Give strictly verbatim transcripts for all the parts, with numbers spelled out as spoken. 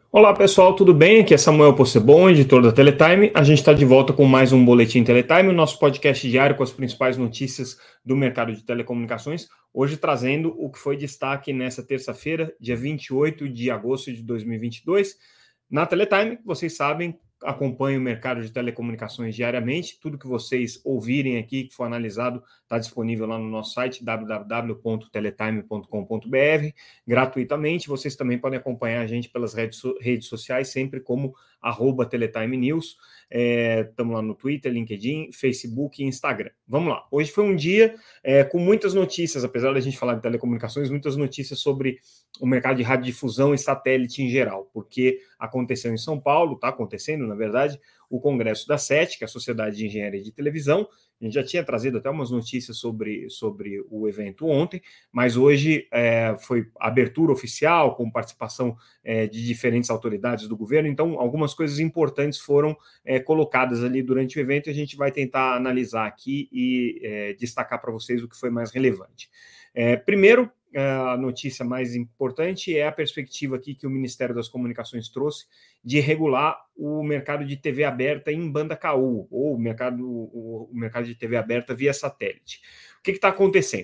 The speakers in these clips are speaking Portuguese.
Olá pessoal, tudo bem? Aqui é Samuel Possebon, editor da Teletime. A gente está de volta com mais um Boletim Teletime, o nosso podcast diário com as principais notícias do mercado de telecomunicações. Hoje trazendo o que foi destaque nessa terça-feira, dia vinte e oito de agosto de dois mil e vinte e dois. Na Teletime, vocês sabem, acompanho o mercado de telecomunicações diariamente. Tudo que vocês ouvirem aqui, que for analisado, está disponível lá no nosso site, w w w ponto teletime ponto com ponto b r, gratuitamente. Vocês também podem acompanhar a gente pelas redes, redes sociais, sempre como arroba Teletime News. Estamos é, lá no Twitter, LinkedIn, Facebook e Instagram. Vamos lá. Hoje foi um dia é, com muitas notícias, apesar da gente falar de telecomunicações, muitas notícias sobre o mercado de radiodifusão e satélite em geral, porque aconteceu em São Paulo, está acontecendo, na verdade, o Congresso da SET, que é a Sociedade de Engenharia de Televisão. A gente já tinha trazido até umas notícias sobre, sobre o evento ontem, mas hoje é, foi abertura oficial, com participação é, de diferentes autoridades do governo, então algumas coisas importantes foram é, colocadas ali durante o evento e a gente vai tentar analisar aqui e é, destacar para vocês o que foi mais relevante. É, primeiro, a notícia mais importante é a perspectiva aqui que o Ministério das Comunicações trouxe de regular o mercado de T V aberta em banda K U, ou o mercado, o, o mercado de T V aberta via satélite. O que está acontecendo?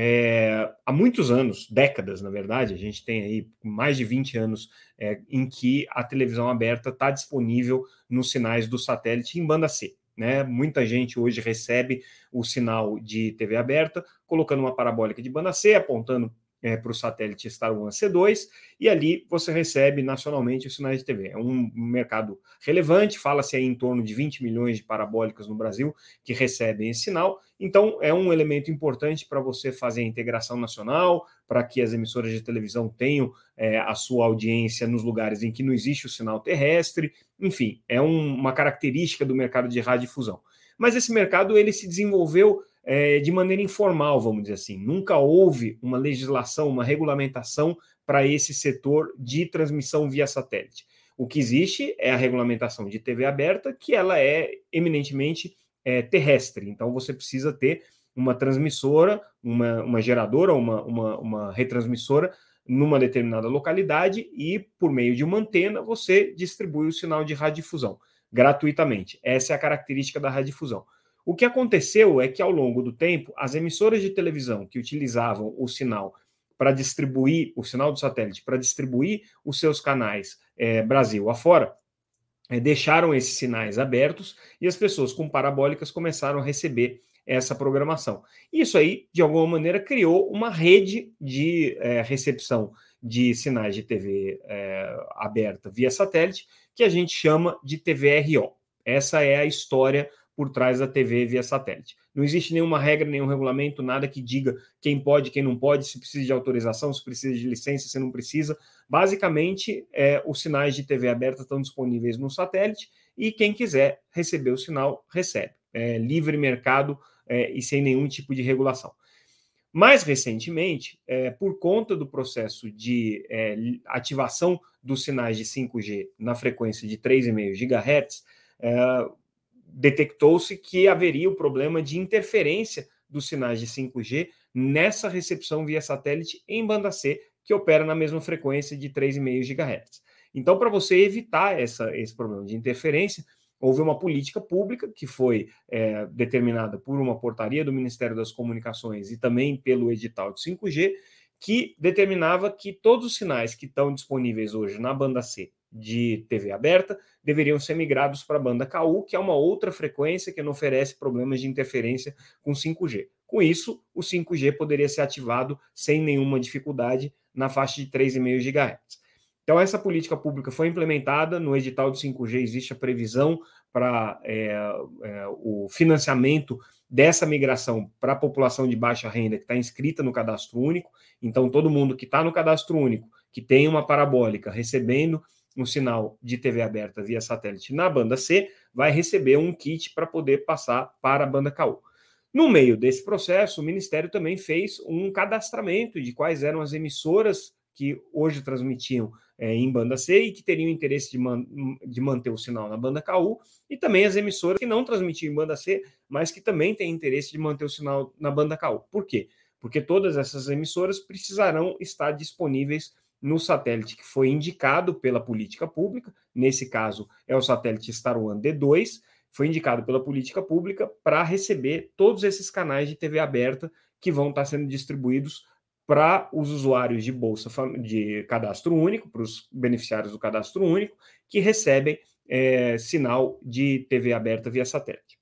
É, há muitos anos, décadas, na verdade, a gente tem aí mais de vinte anos é, em que a televisão aberta está disponível nos sinais do satélite em banda C. Né? Muita gente hoje recebe o sinal de T V aberta, colocando uma parabólica de banda C, apontando é, para o satélite Star One C dois, e ali você recebe nacionalmente os sinais de T V. É um mercado relevante, fala-se aí em torno de vinte milhões de parabólicas no Brasil que recebem esse sinal, então é um elemento importante para você fazer a integração nacional, para que as emissoras de televisão tenham é, a sua audiência nos lugares em que não existe o sinal terrestre, enfim, é um, uma característica do mercado de radiodifusão. Mas esse mercado ele se desenvolveu é, de maneira informal, vamos dizer assim. Nunca houve uma legislação, uma regulamentação para esse setor de transmissão via satélite. O que existe é a regulamentação de T V aberta, que ela é eminentemente é, terrestre. Então, você precisa ter uma transmissora, uma, uma geradora, uma, uma, uma retransmissora numa determinada localidade e, por meio de uma antena, você distribui o sinal de radiodifusão gratuitamente. Essa é a característica da radiodifusão. O que aconteceu é que, ao longo do tempo, as emissoras de televisão que utilizavam o sinal para distribuir, o sinal do satélite, para distribuir os seus canais é, Brasil afora, é, deixaram esses sinais abertos e as pessoas com parabólicas começaram a receber essa programação. Isso aí, de alguma maneira, criou uma rede de é, recepção de sinais de T V é, aberta via satélite, que a gente chama de T V R O. Essa é a história por trás da T V via satélite. Não existe nenhuma regra, nenhum regulamento, nada que diga quem pode, quem não pode, se precisa de autorização, se precisa de licença, se não precisa. Basicamente, é, os sinais de T V aberta estão disponíveis no satélite e quem quiser receber o sinal, recebe. É, livre mercado é, e sem nenhum tipo de regulação. Mais recentemente, é, por conta do processo de é, ativação dos sinais de cinco G na frequência de três vírgula cinco gigahertz, é, detectou-se que haveria o problema de interferência dos sinais de cinco G nessa recepção via satélite em banda C, que opera na mesma frequência de três vírgula cinco gigahertz. Então, para você evitar essa, esse problema de interferência, houve uma política pública que foi é, determinada por uma portaria do Ministério das Comunicações e também pelo edital de cinco G, que determinava que todos os sinais que estão disponíveis hoje na banda C de T V aberta deveriam ser migrados para a banda K U, que é uma outra frequência que não oferece problemas de interferência com cinco G. Com isso, o cinco G poderia ser ativado sem nenhuma dificuldade na faixa de três vírgula cinco gigahertz. Então, essa política pública foi implementada, no edital de cinco G existe a previsão para é, é, o financiamento dessa migração para a população de baixa renda que está inscrita no cadastro único. Então, todo mundo que está no cadastro único, que tem uma parabólica recebendo um sinal de T V aberta via satélite na banda C, vai receber um kit para poder passar para a banda K U. No meio desse processo, o Ministério também fez um cadastramento de quais eram as emissoras que hoje transmitiam é, em banda C e que teriam interesse de, man de manter o sinal na banda K U, e também as emissoras que não transmitiam em banda C, mas que também têm interesse de manter o sinal na banda K U. Por quê? Porque todas essas emissoras precisarão estar disponíveis no satélite que foi indicado pela política pública, nesse caso é o satélite StarOne D dois, foi indicado pela política pública para receber todos esses canais de T V aberta que vão estar sendo distribuídos para os usuários de bolsa de cadastro único, para os beneficiários do cadastro único, que recebem é, sinal de T V aberta via satélite.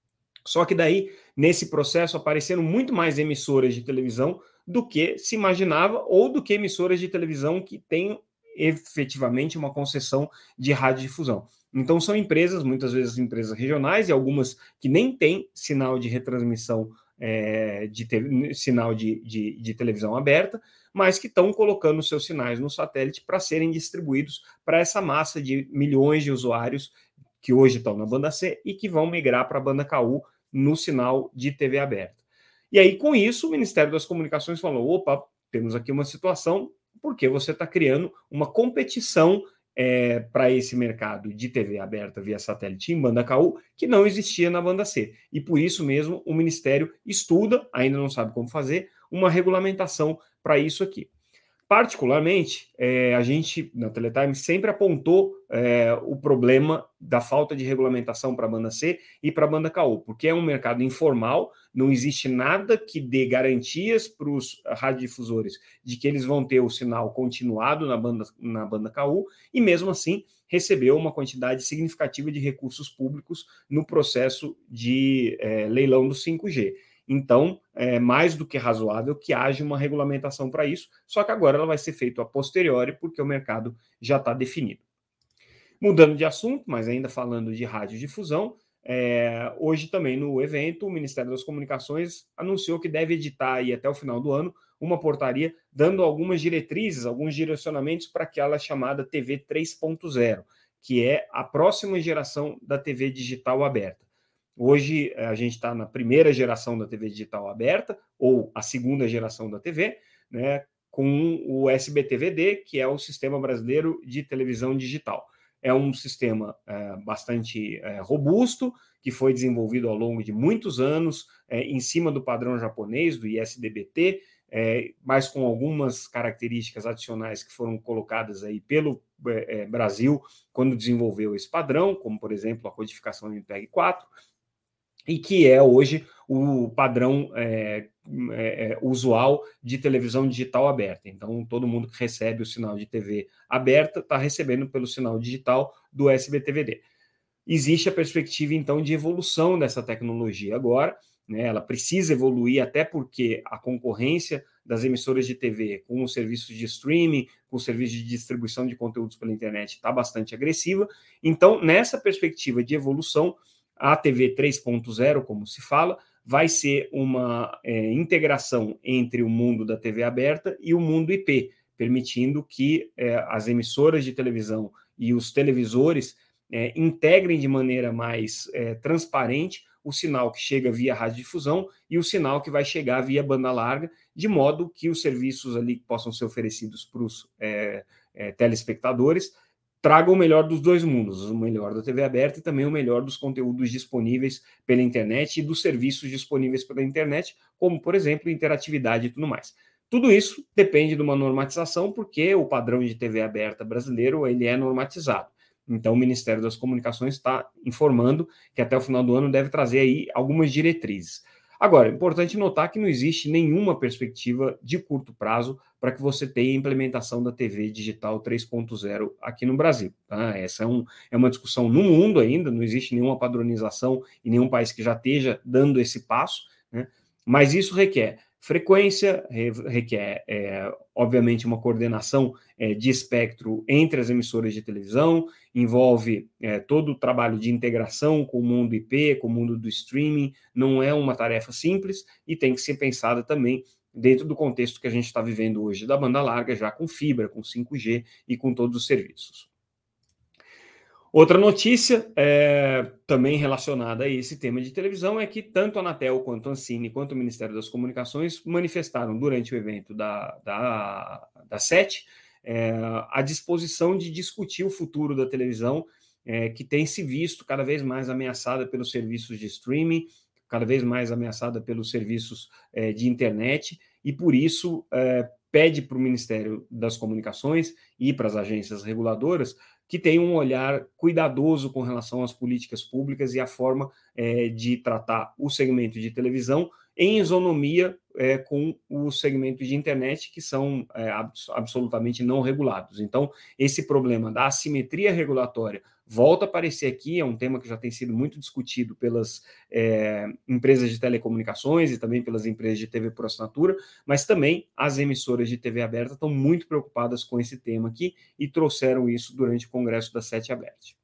Só que daí, nesse processo, apareceram muito mais emissoras de televisão do que se imaginava, ou do que emissoras de televisão que têm efetivamente uma concessão de radiodifusão. Então, são empresas, muitas vezes empresas regionais, e algumas que nem têm sinal de retransmissão, é, de te, sinal de, de, de televisão aberta, mas que estão colocando seus sinais no satélite para serem distribuídos para essa massa de milhões de usuários que hoje estão na banda C e que vão migrar para a banda K U no sinal de T V aberta. E aí, com isso, o Ministério das Comunicações falou, opa, temos aqui uma situação, porque você está criando uma competição é, para esse mercado de T V aberta via satélite em banda K U, que não existia na banda C. E por isso mesmo o Ministério estuda, ainda não sabe como fazer, uma regulamentação para isso aqui. Particularmente, é, a gente, na Teletime, sempre apontou é, o problema da falta de regulamentação para a banda C e para a banda K U, porque é um mercado informal, não existe nada que dê garantias para os radiodifusores de que eles vão ter o sinal continuado na banda, na banda K U, e mesmo assim recebeu uma quantidade significativa de recursos públicos no processo de é, leilão do cinco G. Então, é mais do que razoável que haja uma regulamentação para isso, só que agora ela vai ser feita a posteriori, porque o mercado já está definido. Mudando de assunto, mas ainda falando de radiodifusão, é, hoje também no evento, o Ministério das Comunicações anunciou que deve editar aí até o final do ano uma portaria dando algumas diretrizes, alguns direcionamentos para aquela chamada T V três ponto zero, que é a próxima geração da T V digital aberta. Hoje a gente está na primeira geração da T V digital aberta, ou a segunda geração da T V, né, com o S B T V D, que é o Sistema Brasileiro de Televisão Digital. É um sistema é, bastante é, robusto, que foi desenvolvido ao longo de muitos anos, é, em cima do padrão japonês, do I S D B T, é, mas com algumas características adicionais que foram colocadas aí pelo é, Brasil quando desenvolveu esse padrão, como, por exemplo, a codificação do M P E G quatro, e que é hoje o padrão é, é, usual de televisão digital aberta. Então, todo mundo que recebe o sinal de T V aberta está recebendo pelo sinal digital do S B T V D. Existe a perspectiva, então, de evolução dessa tecnologia agora, né? Ela precisa evoluir, até porque a concorrência das emissoras de T V com os serviços de streaming, com os serviços de distribuição de conteúdos pela internet está bastante agressiva. Então, nessa perspectiva de evolução, a T V três ponto zero, como se fala, vai ser uma é, integração entre o mundo da T V aberta e o mundo I P, permitindo que é, as emissoras de televisão e os televisores é, integrem de maneira mais é, transparente o sinal que chega via radiodifusão e o sinal que vai chegar via banda larga, de modo que os serviços ali que possam ser oferecidos para os é, é, telespectadores traga o melhor dos dois mundos, o melhor da T V aberta e também o melhor dos conteúdos disponíveis pela internet e dos serviços disponíveis pela internet, como, por exemplo, interatividade e tudo mais. Tudo isso depende de uma normatização, porque o padrão de T V aberta brasileiro ele é normatizado. Então, o Ministério das Comunicações está informando que até o final do ano deve trazer aí algumas diretrizes. Agora, é importante notar que não existe nenhuma perspectiva de curto prazo para que você tenha a implementação da T V digital três ponto zero aqui no Brasil. Tá? Essa é, um, é uma discussão no mundo ainda, não existe nenhuma padronização em nenhum país que já esteja dando esse passo, né? Mas isso requer frequência, requer, é, obviamente, uma coordenação é, de espectro entre as emissoras de televisão, envolve é, todo o trabalho de integração com o mundo I P, com o mundo do streaming, não é uma tarefa simples e tem que ser pensada também dentro do contexto que a gente está vivendo hoje da banda larga, já com fibra, com cinco G e com todos os serviços. Outra notícia, é, também relacionada a esse tema de televisão, é que tanto a Anatel, quanto a Ancine, quanto o Ministério das Comunicações manifestaram durante o evento da, da, da SET é, a disposição de discutir o futuro da televisão, é, que tem se visto cada vez mais ameaçada pelos serviços de streaming, cada vez mais ameaçada pelos serviços é, de internet, e por isso é, pede para o Ministério das Comunicações e para as agências reguladoras que tenham um olhar cuidadoso com relação às políticas públicas e à forma é, de tratar o segmento de televisão em isonomia é, com o segmento de internet, que são é, abs- absolutamente não regulados. Então, esse problema da assimetria regulatória volta a aparecer aqui, é um tema que já tem sido muito discutido pelas é, empresas de telecomunicações e também pelas empresas de T V por assinatura, mas também as emissoras de T V aberta estão muito preocupadas com esse tema aqui e trouxeram isso durante o Congresso da SET Aberte.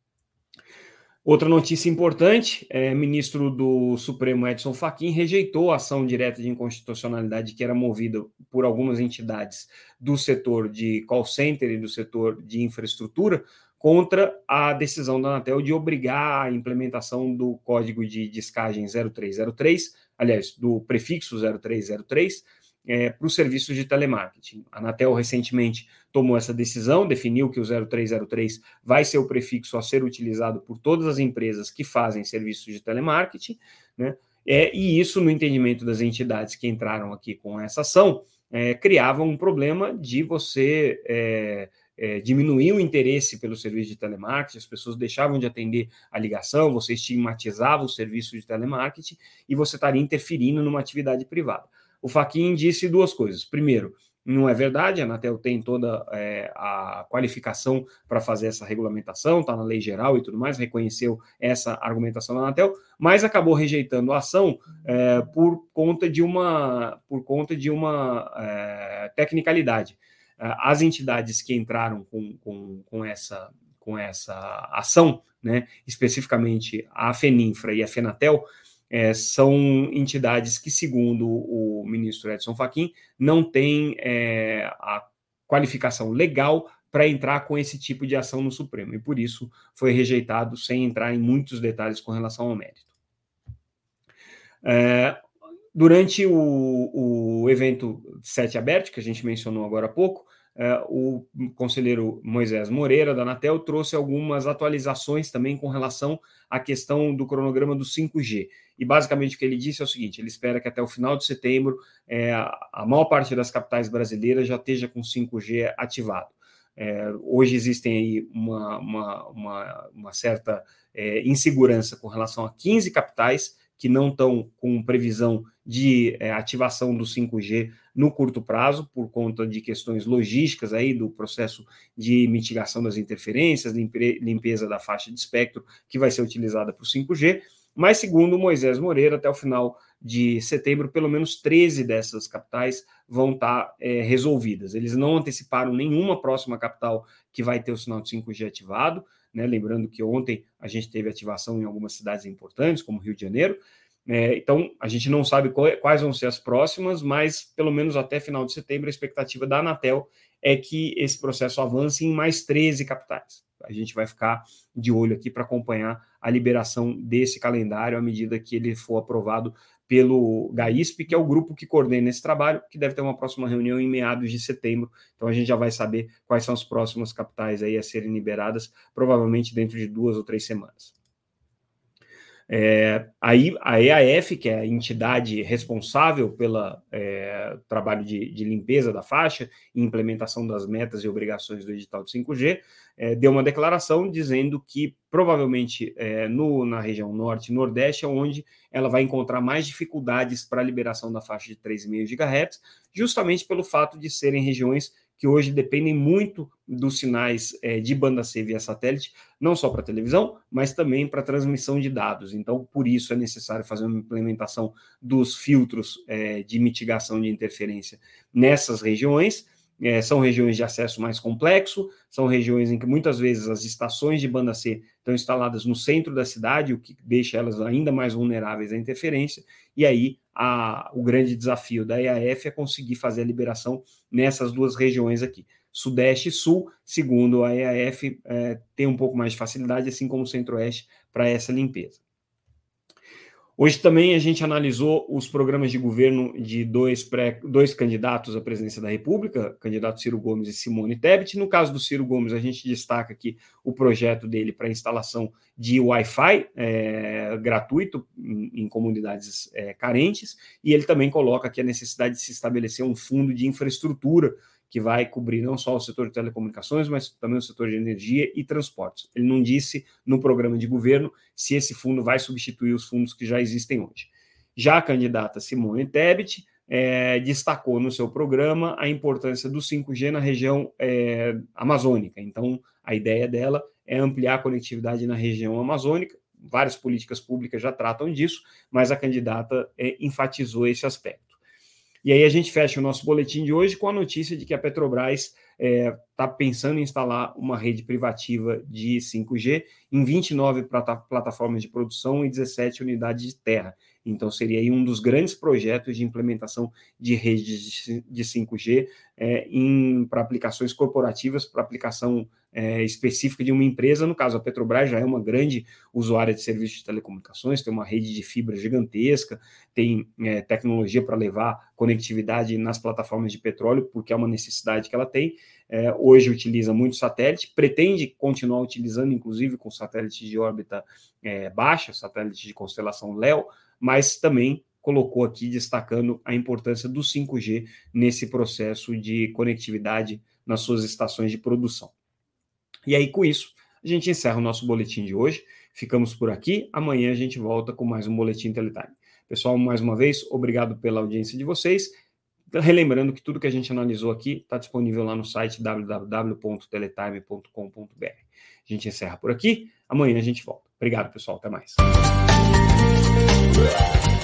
Outra notícia importante, é, o ministro do Supremo Edson Fachin rejeitou a ação direta de inconstitucionalidade que era movida por algumas entidades do setor de call center e do setor de infraestrutura contra a decisão da Anatel de obrigar a implementação do código de descagem zero três zero três, aliás, do prefixo zero três zero três, é, para os serviços de telemarketing. A Anatel recentemente tomou essa decisão, definiu que o zero três zero três vai ser o prefixo a ser utilizado por todas as empresas que fazem serviços de telemarketing, né? É, e isso, no entendimento das entidades que entraram aqui com essa ação, é, criava um problema de você é, é, diminuir o interesse pelo serviço de telemarketing, as pessoas deixavam de atender a ligação, você estigmatizava o serviço de telemarketing e você estaria interferindo numa atividade privada. O Fachin disse duas coisas. Primeiro, não é verdade, a Anatel tem toda é, a qualificação para fazer essa regulamentação, está na lei geral e tudo mais, reconheceu essa argumentação da Anatel, mas acabou rejeitando a ação é, por conta de uma, por conta de uma é, tecnicalidade. As entidades que entraram com, com, com, essa, com essa ação, né, especificamente a FENINFRA e a FENATEL, É, são entidades que, segundo o ministro Edson Fachin, não têm é, a qualificação legal para entrar com esse tipo de ação no Supremo, e por isso foi rejeitado sem entrar em muitos detalhes com relação ao mérito. É, durante o, o evento SET Aberto, que a gente mencionou agora há pouco, é, o conselheiro Moisés Moreira, da Anatel, trouxe algumas atualizações também com relação à questão do cronograma do cinco G. E basicamente o que ele disse é o seguinte: ele espera que até o final de setembro é, a maior parte das capitais brasileiras já esteja com cinco G ativado. É, hoje existem aí uma, uma, uma, uma certa é, insegurança com relação a quinze capitais que não estão com previsão de é, ativação do cinco G no curto prazo, por conta de questões logísticas aí do processo de mitigação das interferências, limpe, limpeza da faixa de espectro que vai ser utilizada para o cinco G, mas segundo o Moisés Moreira, até o final de setembro, pelo menos treze dessas capitais vão estar é, resolvidas. Eles não anteciparam nenhuma próxima capital que vai ter o sinal de cinco G ativado, né? Lembrando que ontem a gente teve ativação em algumas cidades importantes, como Rio de Janeiro. É, então, a gente não sabe qual, quais vão ser as próximas, mas pelo menos até final de setembro, a expectativa da Anatel é que esse processo avance em mais treze capitais. A gente vai ficar de olho aqui para acompanhar a liberação desse calendário à medida que ele for aprovado pelo GAISP, que é o grupo que coordena esse trabalho, que deve ter uma próxima reunião em meados de setembro. Então a gente já vai saber quais são as próximas capitais aí a serem liberadas, provavelmente dentro de duas ou três semanas. É, aí a E A F, que é a entidade responsável pelo é, trabalho de, de limpeza da faixa e implementação das metas e obrigações do edital de cinco G, é, deu uma declaração dizendo que provavelmente é, no, na região norte e nordeste é onde ela vai encontrar mais dificuldades para a liberação da faixa de três vírgula cinco gigahertz, justamente pelo fato de serem regiões que hoje dependem muito dos sinais é, de banda C via satélite, não só para televisão, mas também para transmissão de dados. Então, por isso é necessário fazer uma implementação dos filtros é, de mitigação de interferência nessas regiões. É, são regiões de acesso mais complexo, são regiões em que muitas vezes as estações de banda C estão instaladas no centro da cidade, o que deixa elas ainda mais vulneráveis à interferência, e aí a, o grande desafio da E A F é conseguir fazer a liberação nessas duas regiões aqui. Sudeste e Sul, segundo a E A F, é, tem um pouco mais de facilidade, assim como o Centro-Oeste, para essa limpeza. Hoje também a gente analisou os programas de governo de dois, pré, dois candidatos à presidência da República, candidato Ciro Gomes e Simone Tebet. No caso do Ciro Gomes, a gente destaca aqui o projeto dele para instalação de Wi-Fi é, gratuito em, em comunidades é, carentes, e ele também coloca aqui a necessidade de se estabelecer um fundo de infraestrutura que vai cobrir não só o setor de telecomunicações, mas também o setor de energia e transportes. Ele não disse no programa de governo se esse fundo vai substituir os fundos que já existem hoje. Já a candidata Simone Tebet é, destacou no seu programa a importância do cinco G na região é, amazônica. Então, a ideia dela é ampliar a conectividade na região amazônica. Várias políticas públicas já tratam disso, mas a candidata é, enfatizou esse aspecto. E aí a gente fecha o nosso boletim de hoje com a notícia de que a Petrobras está é, pensando em instalar uma rede privativa de cinco G em vinte e nove plata- plataformas de produção e dezessete unidades de terra. Então, seria aí um dos grandes projetos de implementação de redes de cinco G é, para aplicações corporativas, para aplicação é, específica de uma empresa. No caso, a Petrobras já é uma grande usuária de serviços de telecomunicações, tem uma rede de fibra gigantesca, tem é, tecnologia para levar conectividade nas plataformas de petróleo, porque é uma necessidade que ela tem. É, hoje utiliza muito satélite, pretende continuar utilizando, inclusive, com satélites de órbita é, baixa, satélites de constelação Léo, mas também colocou aqui destacando a importância do cinco G nesse processo de conectividade nas suas estações de produção. E aí, com isso, a gente encerra o nosso boletim de hoje. Ficamos por aqui. Amanhã a gente volta com mais um Boletim Teletime. Pessoal, mais uma vez, obrigado pela audiência de vocês. Relembrando que tudo que a gente analisou aqui está disponível lá no site w w w ponto teletime ponto com ponto b r. A gente encerra por aqui. Amanhã a gente volta. Obrigado, pessoal. Até mais.